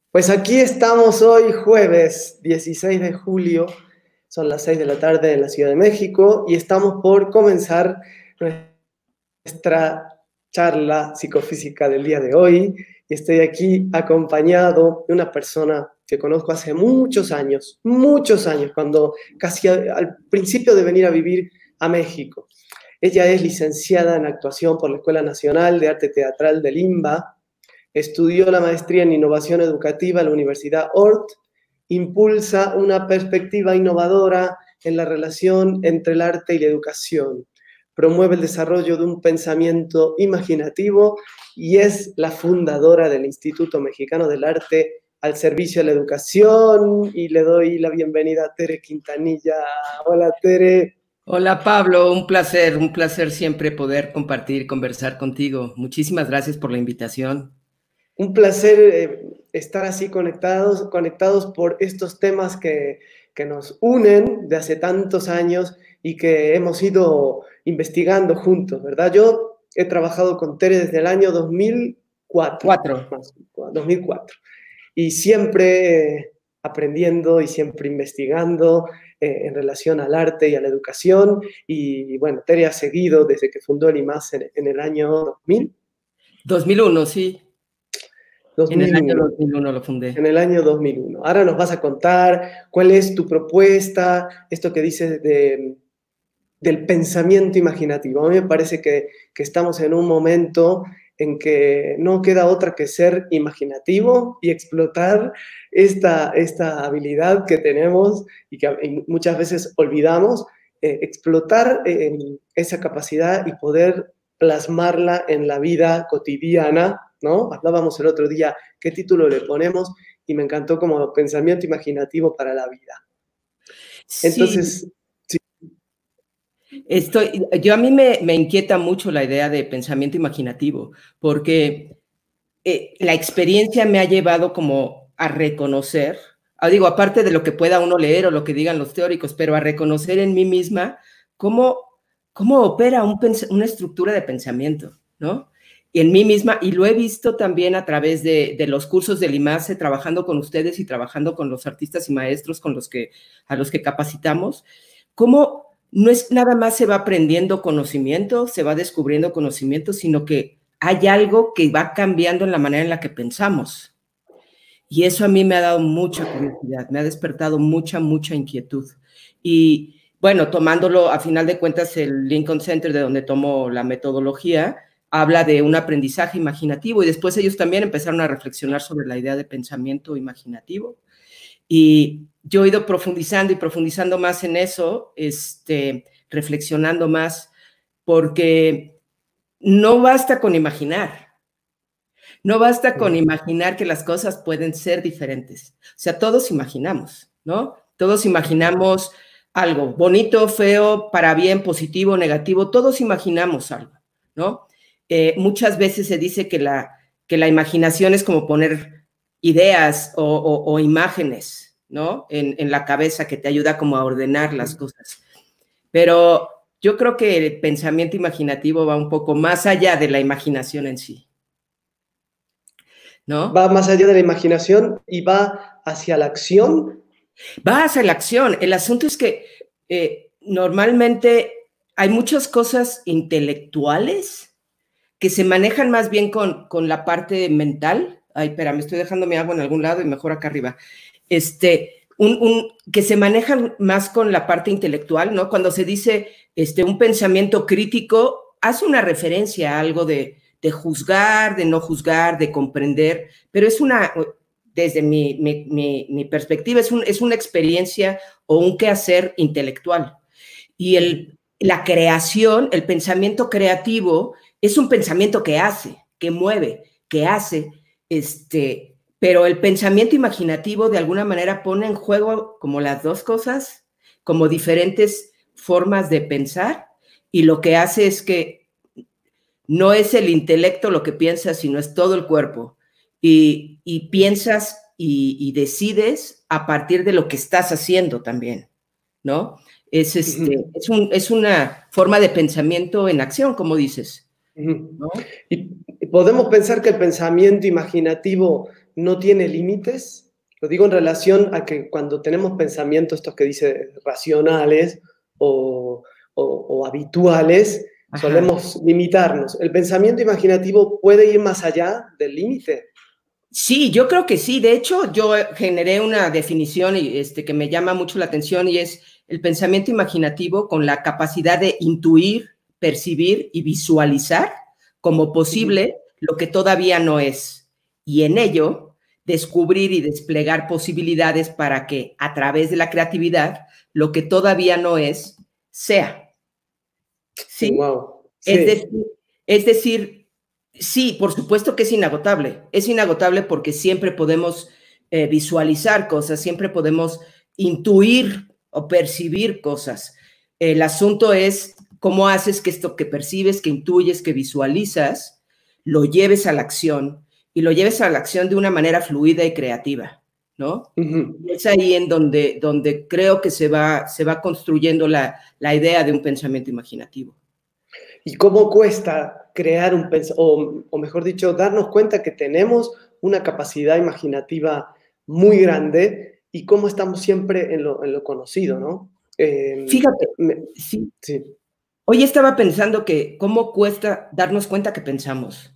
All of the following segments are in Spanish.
Pues aquí estamos hoy, jueves 16 de julio, son las 6 de la tarde en la Ciudad de México y estamos por comenzar nuestra charla psicofísica del día de hoy. Y estoy aquí acompañado de una persona que conozco hace muchos años, cuando casi al principio de venir a vivir a México. Ella es licenciada en actuación por la Escuela Nacional de Arte Teatral de Limba. Estudió la maestría en innovación educativa en la Universidad Ort. Impulsa una perspectiva innovadora en la relación entre el arte y la educación. Promueve el desarrollo de un pensamiento imaginativo y es la fundadora del Instituto Mexicano del Arte al servicio de la educación. Y le doy la bienvenida a Tere Quintanilla. Hola, Tere. Hola Pablo, un placer siempre poder compartir, conversar contigo. Muchísimas gracias por la invitación. Un placer estar así conectados por estos temas que nos unen de hace tantos años y que hemos ido investigando juntos, ¿verdad? Yo he trabajado con Tere desde el año 2004, y siempre aprendiendo y siempre investigando en relación al arte y a la educación. Y bueno, Tere ha seguido desde que fundó el IMAS en el año 2000. 2001, sí. 2001. En el año 2001 lo fundé. En el año 2001. Ahora nos vas a contar cuál es tu propuesta, esto que dices del pensamiento imaginativo. A mí me parece que estamos en un momento en que no queda otra que ser imaginativo y explotar esta habilidad que tenemos y que muchas veces olvidamos, explotar esa capacidad y poder plasmarla en la vida cotidiana, ¿no? Hablábamos el otro día qué título le ponemos y me encantó como pensamiento imaginativo para la vida. Entonces, sí. Yo a mí me inquieta mucho la idea de pensamiento imaginativo, porque la experiencia me ha llevado como a reconocer, digo, aparte de lo que pueda uno leer o lo que digan los teóricos, pero a reconocer en mí misma cómo opera una estructura de pensamiento, ¿no? Y en mí misma, y lo he visto también a través de los cursos del IMASE, trabajando con ustedes y trabajando con los artistas y maestros a los que capacitamos, cómo no es nada más se va aprendiendo conocimiento, se va descubriendo conocimiento, sino que hay algo que va cambiando en la manera en la que pensamos. Y eso a mí me ha dado mucha curiosidad, me ha despertado mucha inquietud. Y bueno, tomándolo, a final de cuentas, el Lincoln Center, de donde tomo la metodología, habla de un aprendizaje imaginativo y después ellos también empezaron a reflexionar sobre la idea de pensamiento imaginativo. Y yo he ido profundizando y profundizando más en eso, reflexionando más, porque no basta con imaginar. No basta con imaginar que las cosas pueden ser diferentes. O sea, todos imaginamos, ¿no? Todos imaginamos algo bonito, feo, para bien, positivo, negativo. Todos imaginamos algo, ¿no? Muchas veces se dice que la imaginación es como poner ideas o imágenes, ¿no? En la cabeza, que te ayuda como a ordenar las cosas. Pero yo creo que el pensamiento imaginativo va un poco más allá de la imaginación en sí, ¿no? Va más allá de la imaginación y va hacia la acción. Va hacia la acción. El asunto es que normalmente hay muchas cosas intelectuales que se manejan más bien con la parte mental. Ay, espera, me estoy dejando mi agua en algún lado y mejor acá arriba. Que se manejan más con la parte intelectual, ¿no? Cuando se dice un pensamiento crítico, hace una referencia a algo de juzgar, de no juzgar, de comprender, pero desde mi perspectiva, es una experiencia o un quehacer intelectual. Y la creación, el pensamiento creativo, es un pensamiento que hace, que mueve, que hace, pero el pensamiento imaginativo de alguna manera pone en juego como las dos cosas, como diferentes formas de pensar, y lo que hace es que no es el intelecto lo que piensas, sino es todo el cuerpo. Y piensas y decides a partir de lo que estás haciendo también, ¿no? Es una forma de pensamiento en acción, como dices, ¿no? Y podemos pensar que el pensamiento imaginativo no tiene límites. Lo digo en relación a que cuando tenemos pensamientos, estos que dice racionales o habituales, Ajá. solemos limitarnos. ¿El pensamiento imaginativo puede ir más allá del límite? Sí, yo creo que sí. De hecho, yo generé una definición que me llama mucho la atención y es el pensamiento imaginativo con la capacidad de intuir, percibir y visualizar como posible lo que todavía no es. Y en ello, descubrir y desplegar posibilidades para que a través de la creatividad, lo que todavía no es, sea. ¿Sí? Wow, Es sí. decir, es decir, sí, por supuesto que es inagotable. Es inagotable porque siempre podemos visualizar cosas, siempre podemos intuir o percibir cosas. El asunto es cómo haces que esto que percibes, que intuyes, que visualizas, lo lleves a la acción y lo lleves a la acción de una manera fluida y creativa, ¿no? Ujú. Y es ahí en donde creo que se va construyendo la idea de un pensamiento imaginativo. ¿Y cómo cuesta crear un pensamiento, o mejor dicho, darnos cuenta que tenemos una capacidad imaginativa muy grande y cómo estamos siempre en lo conocido, ¿no? Fíjate, Me sí. sí. Hoy estaba pensando que cómo cuesta darnos cuenta que pensamos,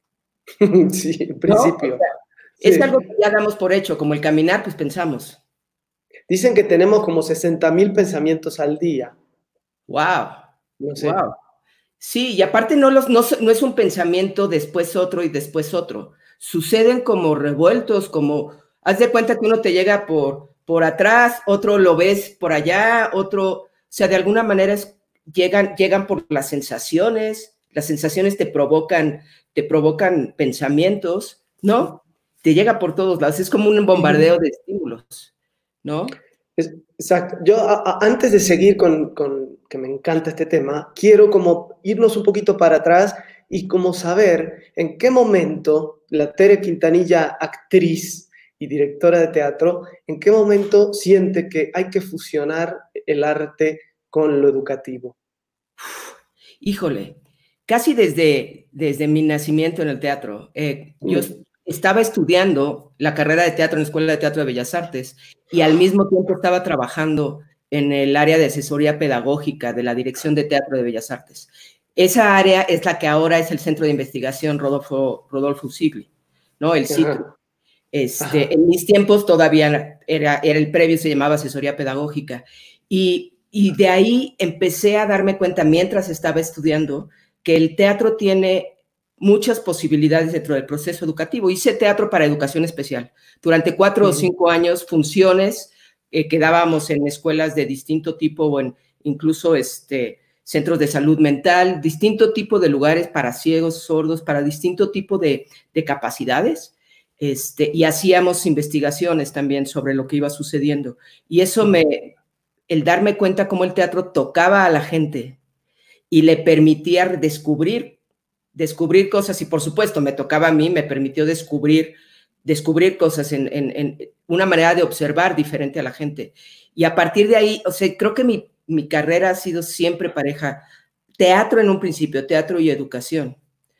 Sí, en ¿no? O principio. sea, es Sí. algo que ya damos por hecho, como el caminar, pues pensamos. Dicen que tenemos como 60.000 pensamientos al día. Wow, No sé. wow. Sí, y aparte no es un pensamiento, después otro y después otro. Suceden como revueltos, como, haz de cuenta que uno te llega por atrás, otro lo ves por allá, otro, o sea, de alguna manera llegan por las sensaciones te provocan pensamientos, ¿no? Te llega por todos lados, es como un bombardeo Ujú. de estímulos, ¿no? Exacto. Yo antes de seguir con que me encanta este tema, quiero como irnos un poquito para atrás y como saber en qué momento la Tere Quintanilla, actriz y directora de teatro, en qué momento siente que hay que fusionar el arte con lo educativo. Híjole, casi desde mi nacimiento en el teatro. Yo Mm. estaba estudiando la carrera de teatro en la Escuela de Teatro de Bellas Artes y al mismo tiempo estaba trabajando en el área de asesoría pedagógica de la Dirección de Teatro de Bellas Artes. Esa área es la que ahora es el Centro de Investigación Rodolfo Sigli, ¿no? El CITRU. Ajá, ajá. En mis tiempos todavía era el previo, se llamaba asesoría pedagógica. Y de ahí empecé a darme cuenta mientras estaba estudiando que el teatro tiene muchas posibilidades dentro del proceso educativo. Hice teatro para educación especial. Durante 4 o Ujú. 5 años, funciones que dábamos en escuelas de distinto tipo o en incluso centros de salud mental, distinto tipo de lugares para ciegos, sordos, para distinto tipo de capacidades. Y hacíamos investigaciones también sobre lo que iba sucediendo. Y eso el darme cuenta cómo el teatro tocaba a la gente y le permitía descubrir cosas, y por supuesto me tocaba a mí, me permitió descubrir cosas en una manera de observar diferente a la gente. Y a partir de ahí, o sea, creo que mi carrera ha sido siempre pareja, teatro en un principio, teatro y educación.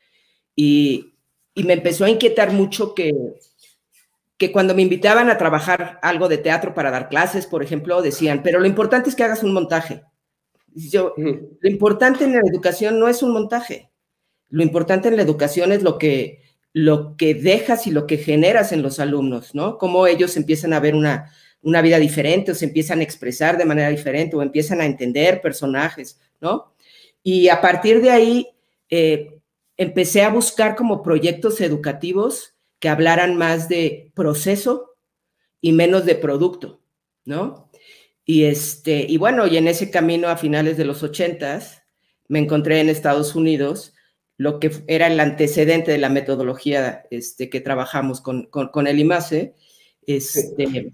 Y, y me empezó a inquietar mucho que cuando me invitaban a trabajar algo de teatro para dar clases, por ejemplo, decían, pero lo importante es que hagas un montaje. Y yo, Ujú. lo importante en la educación no es un montaje. Lo importante en la educación es lo que dejas y lo que generas en los alumnos, ¿no? Cómo ellos empiezan a ver una vida diferente o se empiezan a expresar de manera diferente o empiezan a entender personajes, ¿no? Y a partir de ahí empecé a buscar como proyectos educativos que hablaran más de proceso y menos de producto, ¿no? Y bueno, y en ese camino a finales de los 80s me encontré en Estados Unidos lo que era el antecedente de la metodología que trabajamos con el IMASE, Sí.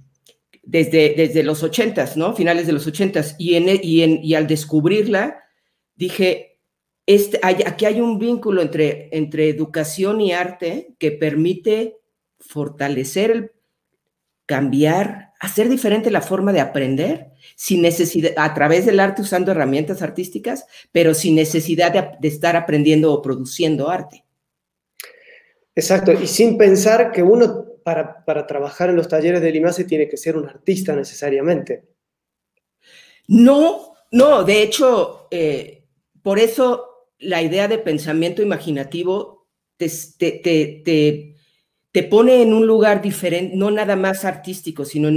desde los 80s, ¿no? Finales de los 80s. Y al descubrirla, dije, aquí hay un vínculo entre educación y arte que permite fortalecer cambiar, hacer diferente la forma de aprender, sin necesidad, a través del arte usando herramientas artísticas, pero sin necesidad de estar aprendiendo o produciendo arte. Exacto, y sin pensar que uno para trabajar en los talleres del IMASE tiene que ser un artista necesariamente. No, no, de hecho, por eso la idea de pensamiento imaginativo te pone en un lugar diferente, no nada más artístico, sino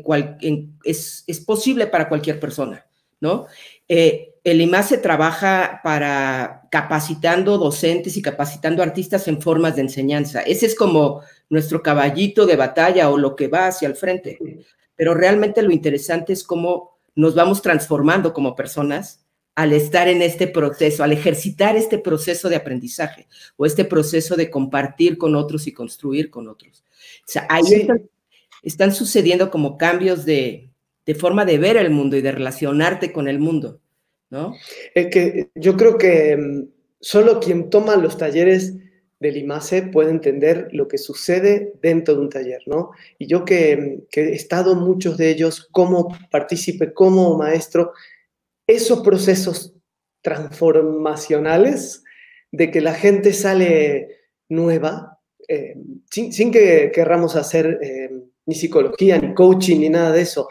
es posible para cualquier persona, ¿no? El IMASE trabaja para capacitando docentes y capacitando artistas en formas de enseñanza. Ese es como nuestro caballito de batalla o lo que va hacia el frente. Pero realmente lo interesante es cómo nos vamos transformando como personas al estar en este proceso, al ejercitar este proceso de aprendizaje o este proceso de compartir con otros y construir con otros. O sea, ahí sí. están sucediendo como cambios de forma de ver el mundo y de relacionarte con el mundo, ¿no? Es que yo creo que solo quien toma los talleres del IMASE puede entender lo que sucede dentro de un taller, ¿no? Y yo que he estado en muchos de ellos como partícipe, como maestro, esos procesos transformacionales de que la gente sale nueva, sin que querramos hacer ni psicología, ni coaching, ni nada de eso.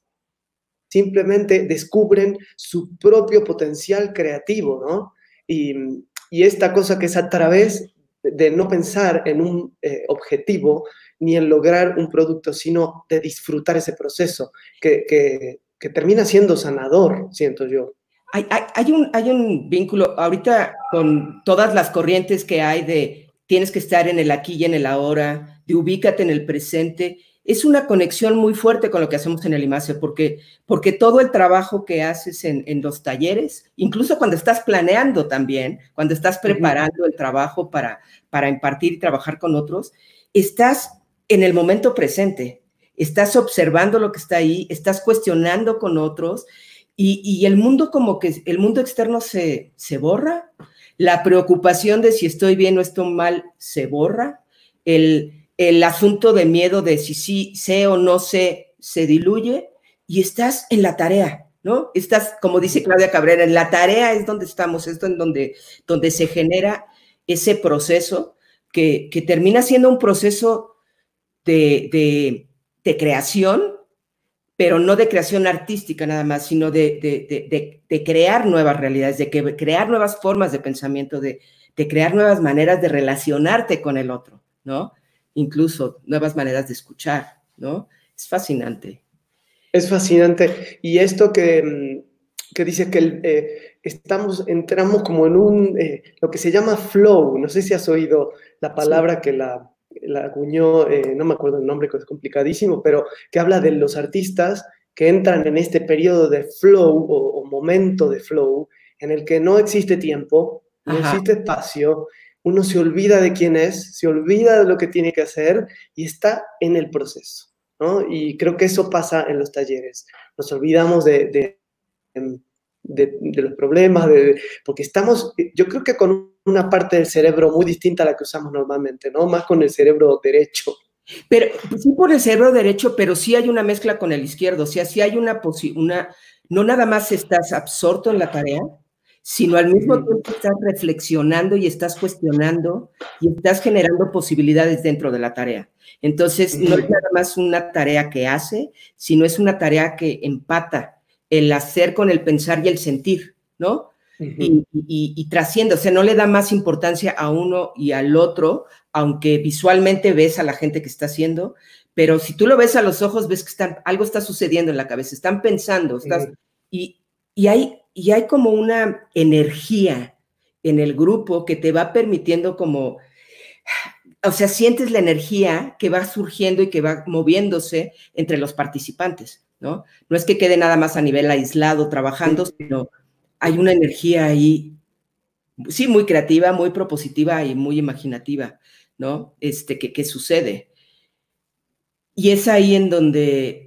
Simplemente descubren su propio potencial creativo, ¿no? Y esta cosa que es a través de no pensar en un objetivo ni en lograr un producto, sino de disfrutar ese proceso, que termina siendo sanador, siento yo. Hay un vínculo ahorita con todas las corrientes que hay de tienes que estar en el aquí y en el ahora, de ubícate en el presente. Es una conexión muy fuerte con lo que hacemos en el IMASE, porque todo el trabajo que haces en los talleres, incluso cuando estás planeando también, cuando estás preparando el trabajo para impartir y trabajar con otros, estás en el momento presente, estás observando lo que está ahí, estás cuestionando con otros, y el mundo como que, el mundo externo se borra, la preocupación de si estoy bien o estoy mal se borra, el asunto de miedo de si sí sé o no sé se diluye y estás en la tarea, ¿no? Estás, como dice Claudia Cabrera, en la tarea es donde estamos, es donde se genera ese proceso que termina siendo un proceso de creación, pero no de creación artística nada más, sino de crear nuevas realidades, de crear nuevas formas de pensamiento, de crear nuevas maneras de relacionarte con el otro, ¿no? Incluso nuevas maneras de escuchar, ¿no? Es fascinante. Es fascinante. Y esto que dice que entramos como en lo que se llama flow. No sé si has oído la palabra que la acuñó, no me acuerdo el nombre, que es complicadísimo, pero que habla de los artistas que entran en este periodo de flow o momento de flow en el que no existe tiempo, no existe espacio, uno se olvida de quién es, se olvida de lo que tiene que hacer y está en el proceso, ¿no? Y creo que eso pasa en los talleres. Nos olvidamos de los problemas, porque estamos, yo creo que con una parte del cerebro muy distinta a la que usamos normalmente, ¿no? Más con el cerebro derecho. Pero sí por el cerebro derecho, pero sí hay una mezcla con el izquierdo, o sea, sí hay no nada más estás absorto en la tarea, sino al mismo tiempo estás reflexionando y estás cuestionando y estás generando posibilidades dentro de la tarea. Entonces, no es nada más una tarea que hace, sino es una tarea que empata el hacer con el pensar y el sentir, ¿no? Y trasciende, o sea, no le da más importancia a uno y al otro, aunque visualmente ves a la gente que está haciendo, pero si tú lo ves a los ojos, ves que algo está sucediendo en la cabeza, están pensando, y hay como una energía en el grupo que te va permitiendo como, o sea, sientes la energía que va surgiendo y que va moviéndose entre los participantes, ¿no? No es que quede nada más a nivel aislado trabajando, sino hay una energía ahí, sí, muy creativa, muy propositiva y muy imaginativa, ¿no? Que sucede. Y es ahí en donde...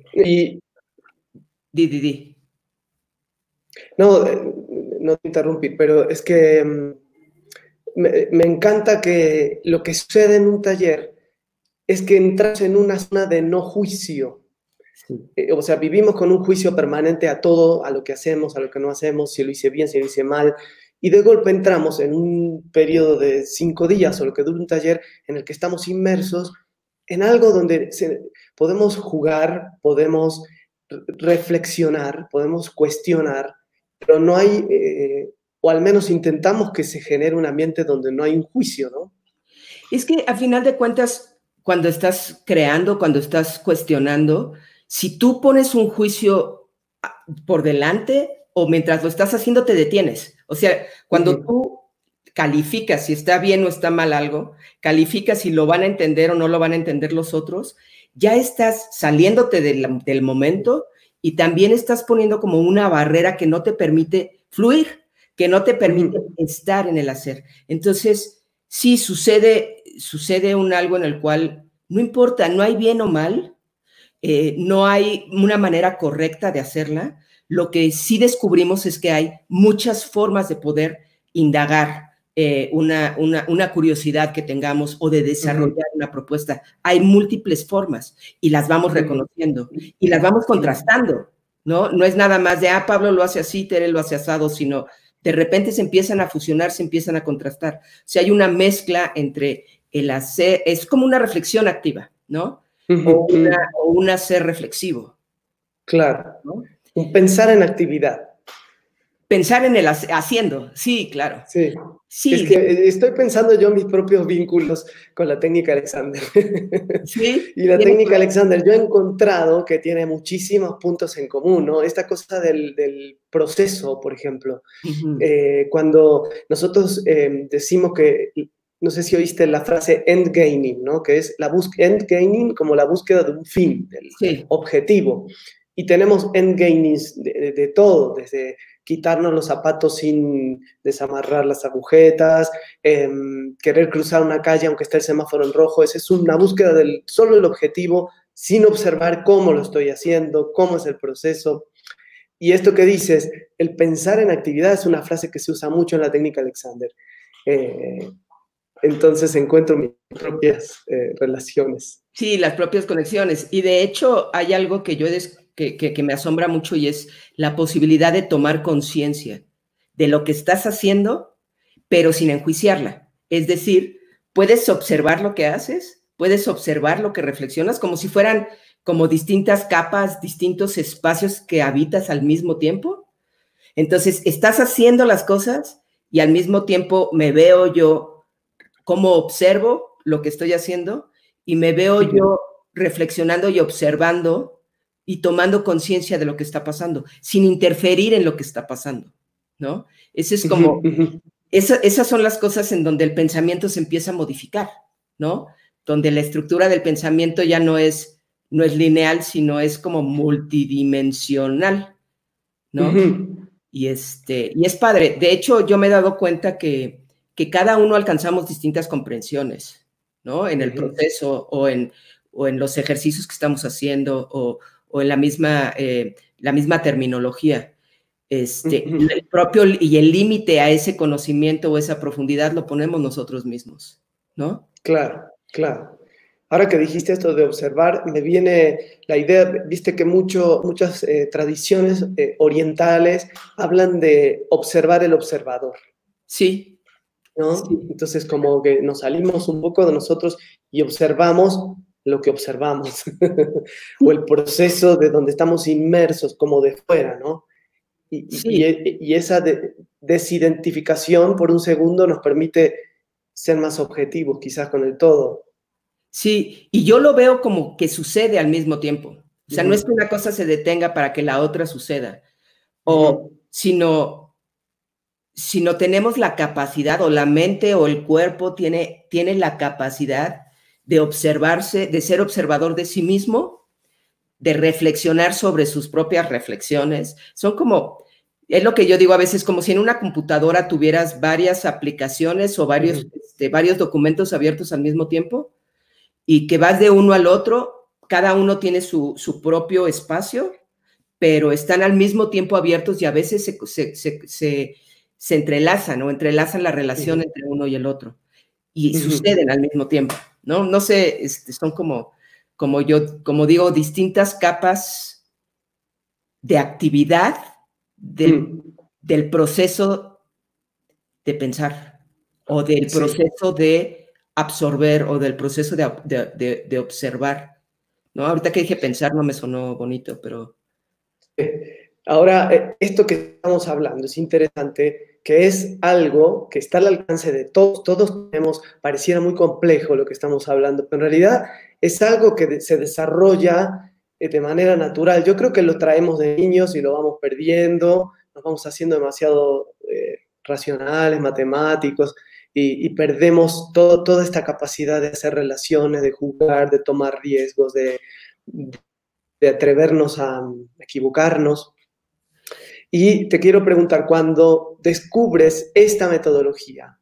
Di. No, no te interrumpí, pero es que me encanta que lo que sucede en un taller es que entras en una zona de no juicio. O sea, vivimos con un juicio permanente a todo, a lo que hacemos, a lo que no hacemos, si lo hice bien, si lo hice mal, y de golpe entramos en un periodo de 5 días o lo que dura un taller en el que estamos inmersos en algo donde podemos jugar, podemos reflexionar, podemos cuestionar, pero no hay, o al menos intentamos que se genere un ambiente donde no hay un juicio, ¿no? Es que a final de cuentas, cuando estás creando, cuando estás cuestionando, si tú pones un juicio por delante o mientras lo estás haciendo te detienes. O sea, cuando tú calificas si está bien o está mal algo, calificas si lo van a entender o no lo van a entender los otros, ya estás saliéndote del momento y también estás poniendo como una barrera que no te permite fluir, que no te permite estar en el hacer. Entonces, sí, sucede algo en el cual no importa, no hay bien o mal, no hay una manera correcta de hacerla. Lo que sí descubrimos es que hay muchas formas de poder indagar una curiosidad que tengamos o de desarrollar una propuesta. Hay múltiples formas y las vamos reconociendo y las vamos contrastando, ¿no? No es nada más de, Pablo lo hace así, Tere lo hace asado, sino de repente se empiezan a fusionar, se empiezan a contrastar. O sea, hay una mezcla entre el hacer, es como una reflexión activa, ¿no? O un hacer reflexivo. Claro, ¿no? un pensar en actividad. Pensar en el haciendo, sí, claro. Sí. Sí. Es que estoy pensando yo mis propios vínculos con la técnica Alexander. Sí. Y la técnica Alexander, yo he encontrado que tiene muchísimos puntos en común, ¿no? Esta cosa del proceso, por ejemplo. Cuando nosotros decimos que, no sé si oíste la frase endgaining, ¿no? Que es endgaining como la búsqueda de un fin, del objetivo. Y tenemos endgainings de todo, desde quitarnos los zapatos sin desamarrar las agujetas, querer cruzar una calle aunque esté el semáforo en rojo. Esa es una búsqueda del solo el objetivo, sin observar cómo lo estoy haciendo, cómo es el proceso. Y esto que dices, el pensar en actividad es una frase que se usa mucho en la técnica Alexander. Entonces encuentro mis propias relaciones. Sí, las propias conexiones. Y de hecho hay algo que que me asombra mucho y es la posibilidad de tomar conciencia de lo que estás haciendo, pero sin enjuiciarla. Es decir, puedes observar lo que haces, puedes observar lo que reflexionas, como si fueran como distintas capas, distintos espacios que habitas al mismo tiempo. Entonces, estás haciendo las cosas y al mismo tiempo me veo yo cómo observo lo que estoy haciendo y me veo yo reflexionando y observando y tomando conciencia de lo que está pasando, sin interferir en lo que está pasando, ¿no? Ese es como, esas son las cosas en donde el pensamiento se empieza a modificar, ¿no? Donde la estructura del pensamiento ya no es lineal, sino es como multidimensional, ¿no? Y es padre. De hecho, yo me he dado cuenta que cada uno alcanzamos distintas comprensiones, ¿no? En el proceso o en los ejercicios que estamos haciendo o en la misma terminología. El propio y el límite a ese conocimiento o esa profundidad lo ponemos nosotros mismos, ¿no? Claro, claro. Ahora que dijiste esto de observar, me viene la idea, viste que muchas tradiciones orientales hablan de observar el observador. Sí. ¿No? Sí. Entonces, como que nos salimos un poco de nosotros y observamos lo que observamos, o el proceso de donde estamos inmersos, como de fuera, ¿no? Y esa desidentificación por un segundo nos permite ser más objetivos, quizás con el todo. Sí, y yo lo veo como que sucede al mismo tiempo. O sea, no es que una cosa se detenga para que la otra suceda, sino tenemos la capacidad, o la mente o el cuerpo tiene la capacidad de observarse, de ser observador de sí mismo, de reflexionar sobre sus propias reflexiones. Son como, es lo que yo digo a veces, como si en una computadora tuvieras varias aplicaciones o varios documentos abiertos al mismo tiempo, y que vas de uno al otro, cada uno tiene su propio espacio, pero están al mismo tiempo abiertos y a veces se entrelazan o entrelazan la relación entre uno y el otro y suceden al mismo tiempo, ¿no? No sé, son como digo, distintas capas de actividad del proceso de pensar o del proceso de absorber o del proceso de observar, ¿no? Ahorita que dije pensar no me sonó bonito, pero... Ahora, esto que estamos hablando es interesante, que es algo que está al alcance de todos. Todos tenemos, pareciera muy complejo lo que estamos hablando, pero en realidad es algo que se desarrolla de manera natural. Yo creo que lo traemos de niños y lo vamos perdiendo, nos vamos haciendo demasiado racionales, matemáticos, y perdemos toda esta capacidad de hacer relaciones, de jugar, de tomar riesgos, de atrevernos a equivocarnos. Y te quiero preguntar, cuando descubres esta metodología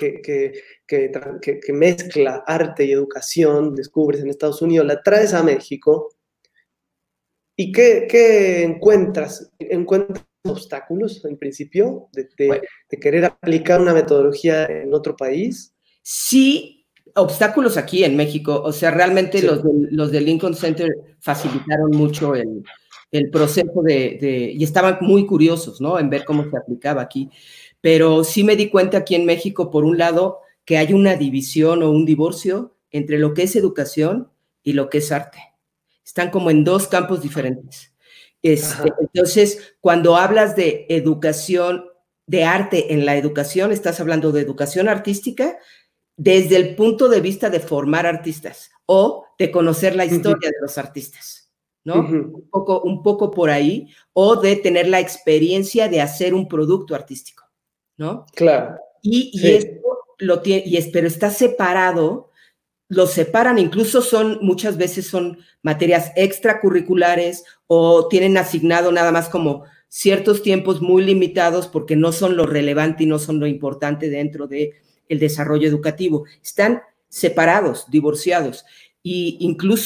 que mezcla arte y educación, descubres en Estados Unidos, la traes a México, ¿y qué encuentras? ¿Encuentras obstáculos en principio Bueno, de querer aplicar una metodología en otro país? sí, obstáculos aquí en México, o sea, realmente Sí. los de Lincoln Center facilitaron mucho el proceso y estaban muy curiosos, ¿no? En ver cómo se aplicaba aquí. Pero sí me di cuenta aquí en México, por un lado, que hay una división o un divorcio entre lo que es educación y lo que es arte. Están como en dos campos diferentes. Entonces, cuando hablas de educación, de arte en la educación, estás hablando de educación artística desde el punto de vista de formar artistas o de conocer la historia de los artistas, ¿no? Un poco por ahí, o de tener la experiencia de hacer un producto artístico, ¿no? Claro. Y Sí. esto lo tiene, pero está separado, los separan, incluso muchas veces son materias extracurriculares o tienen asignado nada más como ciertos tiempos muy limitados porque no son lo relevante y no son lo importante dentro de el desarrollo educativo. Están separados, divorciados. Y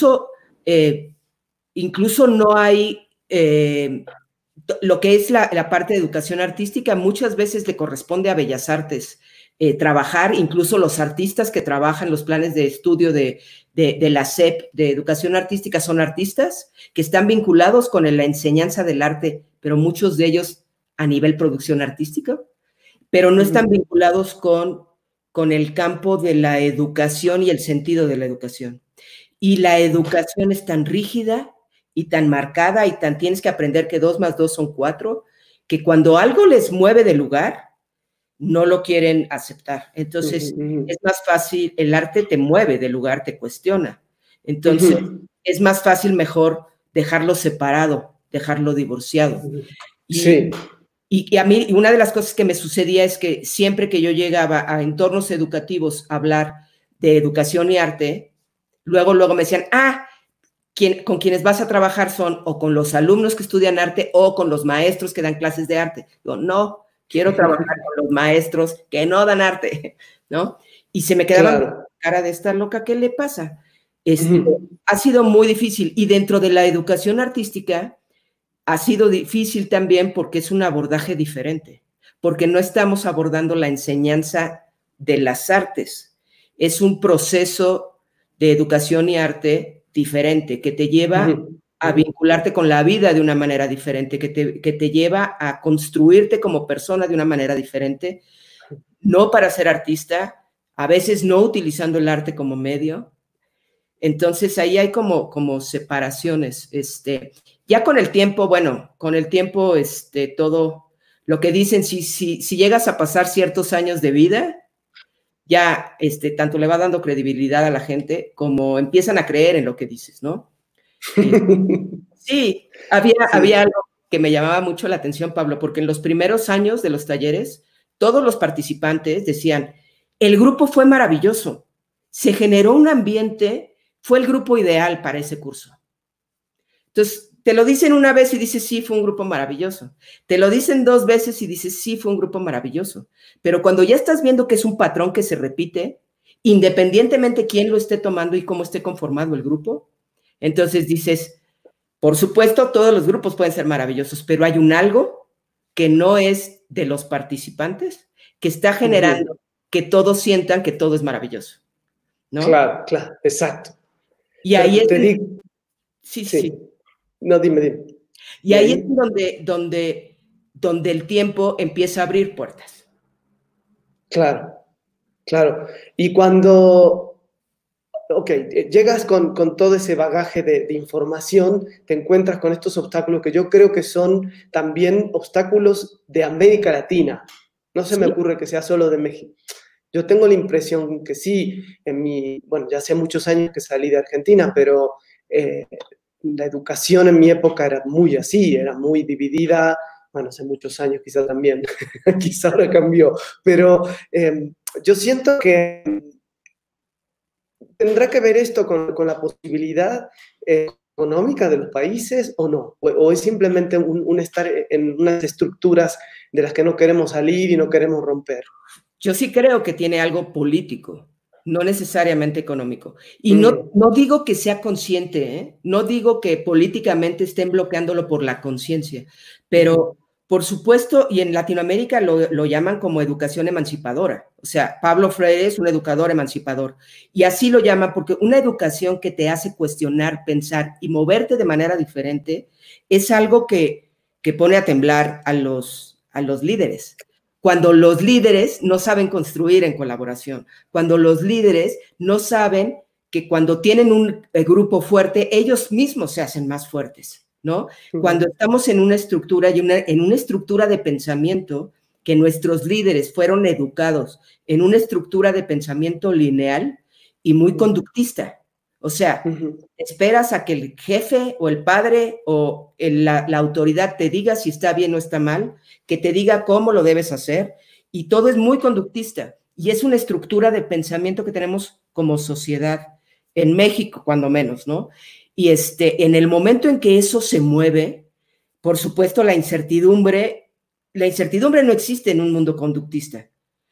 incluso no hay lo que es la parte de educación artística, muchas veces le corresponde a Bellas Artes trabajar, incluso los artistas que trabajan los planes de estudio de la SEP de educación artística son artistas que están vinculados con la enseñanza del arte, pero muchos de ellos a nivel producción artística, pero no están vinculados con el campo de la educación y el sentido de la educación. Y la educación es tan rígida y tan marcada y tan tienes que aprender que 2 más 2 son 4, que cuando algo les mueve de lugar, no lo quieren aceptar. Entonces, es más fácil, el arte te mueve de lugar, te cuestiona. Entonces, es más fácil, mejor dejarlo separado, dejarlo divorciado. Sí. Y a mí, una de las cosas que me sucedía es que siempre que yo llegaba a entornos educativos a hablar de educación y arte, luego me decían, con quienes vas a trabajar son o con los alumnos que estudian arte o con los maestros que dan clases de arte. Digo, no, quiero trabajar con los maestros que no dan arte, ¿no? Y se me quedaba la cara de esta loca, ¿qué le pasa? Ha sido muy difícil. Y dentro de la educación artística ha sido difícil también porque es un abordaje diferente, porque no estamos abordando la enseñanza de las artes. Es un proceso de educación y arte diferente que te lleva a vincularte con la vida de una manera diferente, que te lleva a construirte como persona de una manera diferente, no para ser artista, a veces no utilizando el arte como medio. Entonces ahí hay como separaciones. Ya con el tiempo, todo lo que dicen, si llegas a pasar ciertos años de vida, ya tanto le va dando credibilidad a la gente como empiezan a creer en lo que dices, ¿no? Sí, había algo que me llamaba mucho la atención, Pablo, porque en los primeros años de los talleres, todos los participantes decían, el grupo fue maravilloso, se generó un ambiente, fue el grupo ideal para ese curso. Entonces, te lo dicen una vez y dices, sí, fue un grupo maravilloso. Te lo dicen 2 veces y dices, sí, fue un grupo maravilloso. Pero cuando ya estás viendo que es un patrón que se repite, independientemente quién lo esté tomando y cómo esté conformado el grupo, entonces dices, por supuesto, todos los grupos pueden ser maravillosos, pero hay un algo que no es de los participantes, que está generando que todos sientan que todo es maravilloso, ¿no? Claro, exacto. Y ahí es... Te digo... Sí. No, dime. Y ahí es donde el tiempo empieza a abrir puertas. Claro. claro. Y cuando, ok, llegas con todo ese bagaje de información, te encuentras con estos obstáculos que yo creo que son también obstáculos de América Latina. No se me Sí, ocurre que sea solo de México. Yo tengo la impresión que sí, bueno, ya hace muchos años que salí de Argentina, pero eh, la educación en mi época era muy así, era muy dividida, bueno, hace muchos años quizá también, quizá ahora cambió, pero yo siento que tendrá que ver esto con la posibilidad económica de los países o no, o es simplemente un estar en unas estructuras de las que no queremos salir y no queremos romper. yo sí creo que tiene algo político, no necesariamente económico. Y no, Mm, no digo que sea consciente, ¿eh? No digo que políticamente estén bloqueándolo por la conciencia, ujú, pero por supuesto, y en Latinoamérica lo llaman como educación emancipadora. O sea, Pablo Freire es un educador emancipador. Y así lo llaman porque una educación que te hace cuestionar, pensar y moverte de manera diferente es algo que pone a temblar a los líderes. Cuando los líderes no saben construir en colaboración, cuando los líderes no saben que cuando tienen un grupo fuerte, ellos mismos se hacen más fuertes, ¿no? Cuando ujú, estamos en una estructura y en una estructura de pensamiento que nuestros líderes fueron educados en una estructura de pensamiento lineal y muy ujú, conductista. O sea, ujú. esperas a que el jefe o el padre o la autoridad te diga si está bien o está mal, que te diga cómo lo debes hacer, y todo es muy conductista. Y es una estructura de pensamiento que tenemos como sociedad, en México, cuando menos, ¿no? Y en el momento en que eso se mueve, por supuesto, la incertidumbre no existe en un mundo conductista.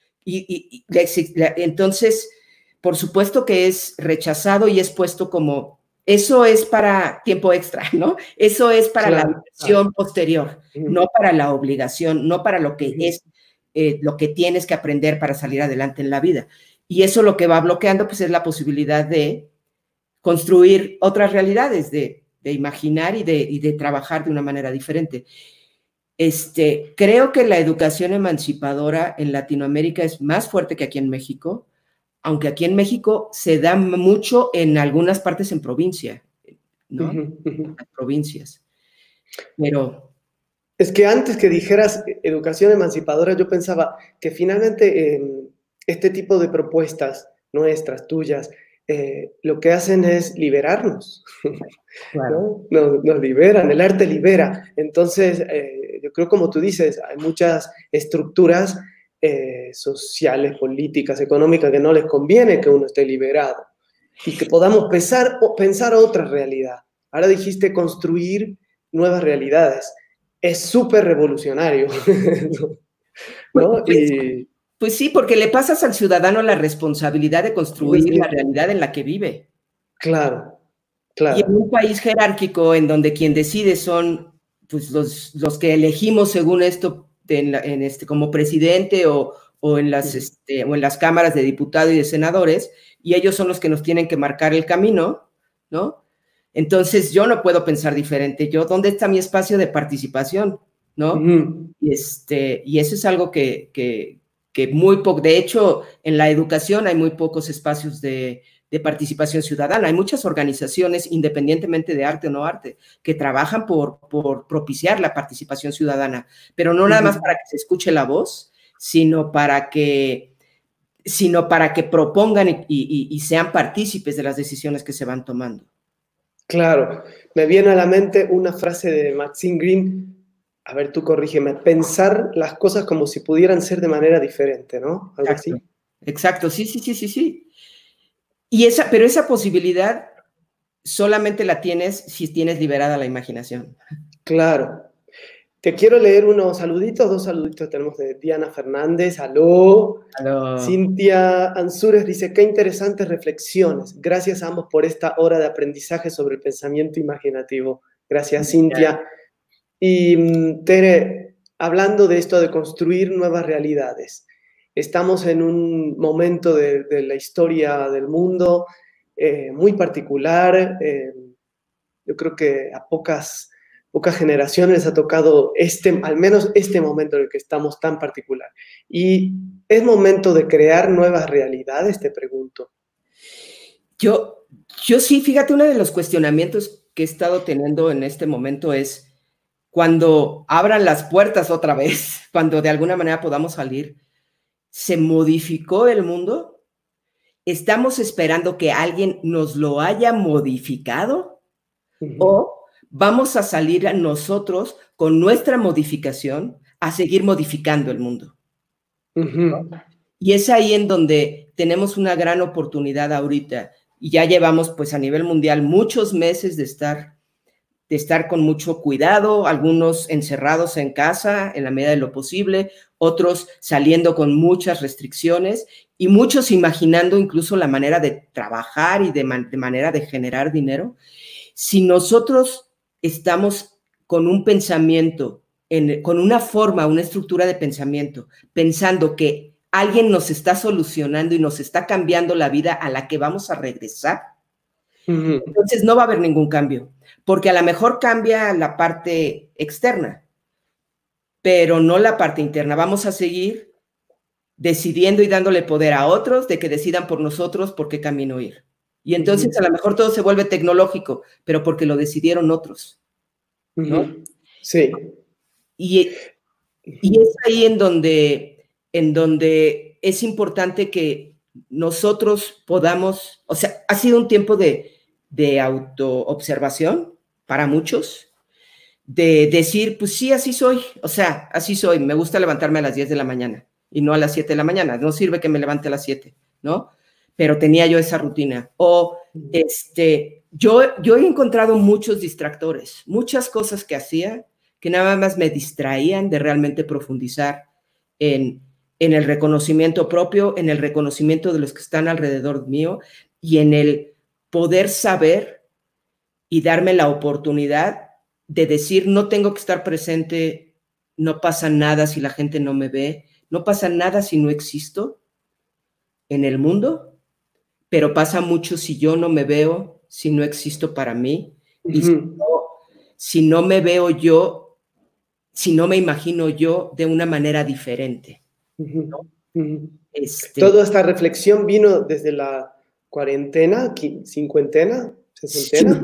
Entonces, por supuesto que es rechazado y es puesto como, eso es para tiempo extra, ¿no? Eso es para la Claro, claro. diversión posterior, Ujú, no para la obligación, no para lo que ujú, es lo que tienes que aprender para salir adelante en la vida. Y eso lo que va bloqueando, pues, es la posibilidad de construir otras realidades, de imaginar y de trabajar de una manera diferente. Creo que la educación emancipadora en Latinoamérica es más fuerte que aquí en México, aunque aquí en México se da mucho en algunas partes en provincia, ¿no? ujú, ujú. En las provincias. Pero, Es que antes que dijeras educación emancipadora, yo pensaba que finalmente este tipo de propuestas nuestras, tuyas, lo que hacen es liberarnos, claro, ¿no? Nos liberan, el arte libera. Entonces, yo creo como tú dices, hay muchas estructuras sociales, políticas, económicas que no les conviene que uno esté liberado y que podamos pensar otra realidad. Ahora dijiste construir nuevas realidades. Es súper revolucionario, pues, ¿no? pues, pues sí, porque le pasas al ciudadano la responsabilidad de Pues construir la sí, realidad en la que vive. claro, Y en claro. un país jerárquico en donde quien decide son, pues, los que elegimos según esto como presidente Ujú. o en las cámaras de diputados y de senadores, y ellos son los que nos tienen que marcar el camino, ¿no? Entonces yo no puedo pensar diferente. Yo, ¿dónde está mi espacio de participación? ¿No? Ujú. Y eso es algo que muy poco, de hecho, en la educación hay muy pocos espacios de participación ciudadana. Hay muchas organizaciones, independientemente de arte o no arte, que trabajan por propiciar la participación ciudadana, pero no nada más Ujú. para que se escuche la voz, sino para que propongan y sean partícipes de las decisiones que se van tomando. Claro, me viene a la mente una frase de Maxine Green, a ver, tú corrígeme, pensar las cosas como si pudieran ser de manera diferente, ¿no? Algo Exacto, así. exacto, sí, sí, sí, sí, sí. Pero esa posibilidad solamente la tienes si tienes liberada la imaginación. Claro. Te quiero leer unos saluditos, dos saluditos tenemos de Diana Fernández, aló. Claro. Cintia Ansúrez dice, qué interesantes reflexiones. Gracias a ambos por esta hora de aprendizaje sobre el pensamiento imaginativo. Gracias, Cintia. Y Tere, hablando de esto de construir nuevas realidades, estamos en un momento de la historia del mundo muy particular. Yo creo que a pocas generaciones les ha tocado al menos este momento en el que estamos tan particular. Y es momento de crear nuevas realidades, te pregunto. Yo sí, fíjate, uno de los cuestionamientos que he estado teniendo en este momento es cuando abran las puertas otra vez, cuando de alguna manera podamos salir, ¿se modificó el mundo? ¿Estamos esperando que alguien nos lo haya modificado? ¿O vamos a salir a nosotros con nuestra modificación a seguir modificando el mundo? Y es ahí en donde tenemos una gran oportunidad ahorita. Y ya llevamos, pues, a nivel mundial muchos meses de estar con mucho cuidado, algunos encerrados en casa en la medida de lo posible, otros saliendo con muchas restricciones y muchos imaginando incluso la manera de trabajar y de manera de generar dinero. Si nosotros estamos con un pensamiento, con una forma, una estructura de pensamiento, pensando que alguien nos está solucionando y nos está cambiando la vida a la que vamos a regresar, entonces no va a haber ningún cambio, porque a lo mejor cambia la parte externa, pero no la parte interna. Vamos a seguir decidiendo y dándole poder a otros de que decidan por nosotros por qué camino ir. Y entonces a lo mejor todo se vuelve tecnológico, pero porque lo decidieron otros, ¿no? Sí. Y es ahí en donde es importante que nosotros podamos, o sea, ha sido un tiempo de autoobservación para muchos, de decir, pues sí, así soy, o sea, así soy, me gusta levantarme a las 10 de la mañana y no a las 7 de la mañana, no sirve que me levante a las 7, ¿no? Pero tenía yo esa rutina. O, yo he encontrado muchos distractores, muchas cosas que hacía que nada más me distraían de realmente profundizar en el reconocimiento propio, en el reconocimiento de los que están alrededor mío y en el poder saber y darme la oportunidad de decir, no tengo que estar presente, no pasa nada si la gente no me ve, no pasa nada si no existo en el mundo, pero pasa mucho si yo no me veo, si no existo para mí, y si no me veo yo, si no me imagino yo de una manera diferente, ¿no? Toda esta reflexión vino desde la cuarentena, cincuentena, sesentena.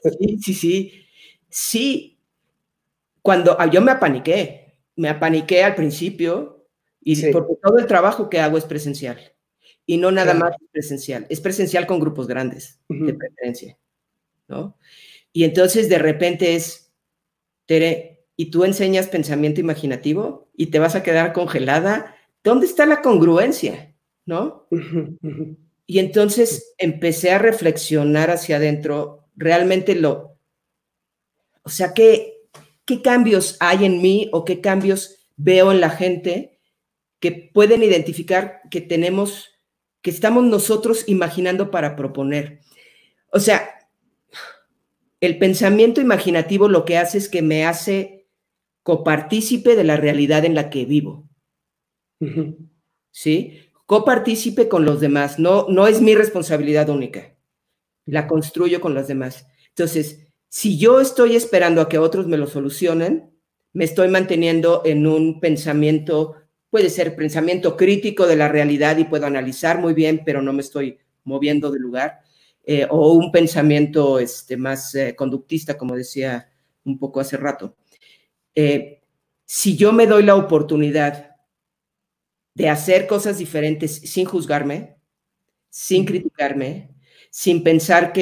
Sí. Cuando yo me apaniqué al principio, porque todo el trabajo que hago es presencial. Y no nada más es presencial con grupos grandes, de preferencia, ¿no? Y entonces de repente es, Tere, ¿y tú enseñas pensamiento imaginativo? ¿Y te vas a quedar congelada? ¿Dónde está la congruencia? ¿No? Y entonces empecé a reflexionar hacia adentro, realmente o sea, ¿qué cambios hay en mí o qué cambios veo en la gente que pueden identificar que estamos nosotros imaginando para proponer? O sea, el pensamiento imaginativo lo que hace es que me hace copartícipe de la realidad en la que vivo. ¿Sí? Copartícipe con los demás. No es mi responsabilidad única. La construyo con los demás. Entonces, si yo estoy esperando a que otros me lo solucionen, me estoy manteniendo en un pensamiento, puede ser pensamiento crítico de la realidad y puedo analizar muy bien, pero no me estoy moviendo de lugar. O un pensamiento más conductista, como decía un poco hace rato. Si yo me doy la oportunidad de hacer cosas diferentes sin juzgarme, sin criticarme, sin pensar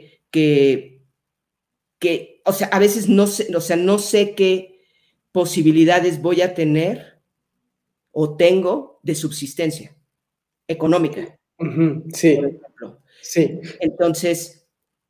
o sea, a veces no sé qué posibilidades voy a tener o tengo de subsistencia económica. Sí. Por ejemplo. Sí. Entonces,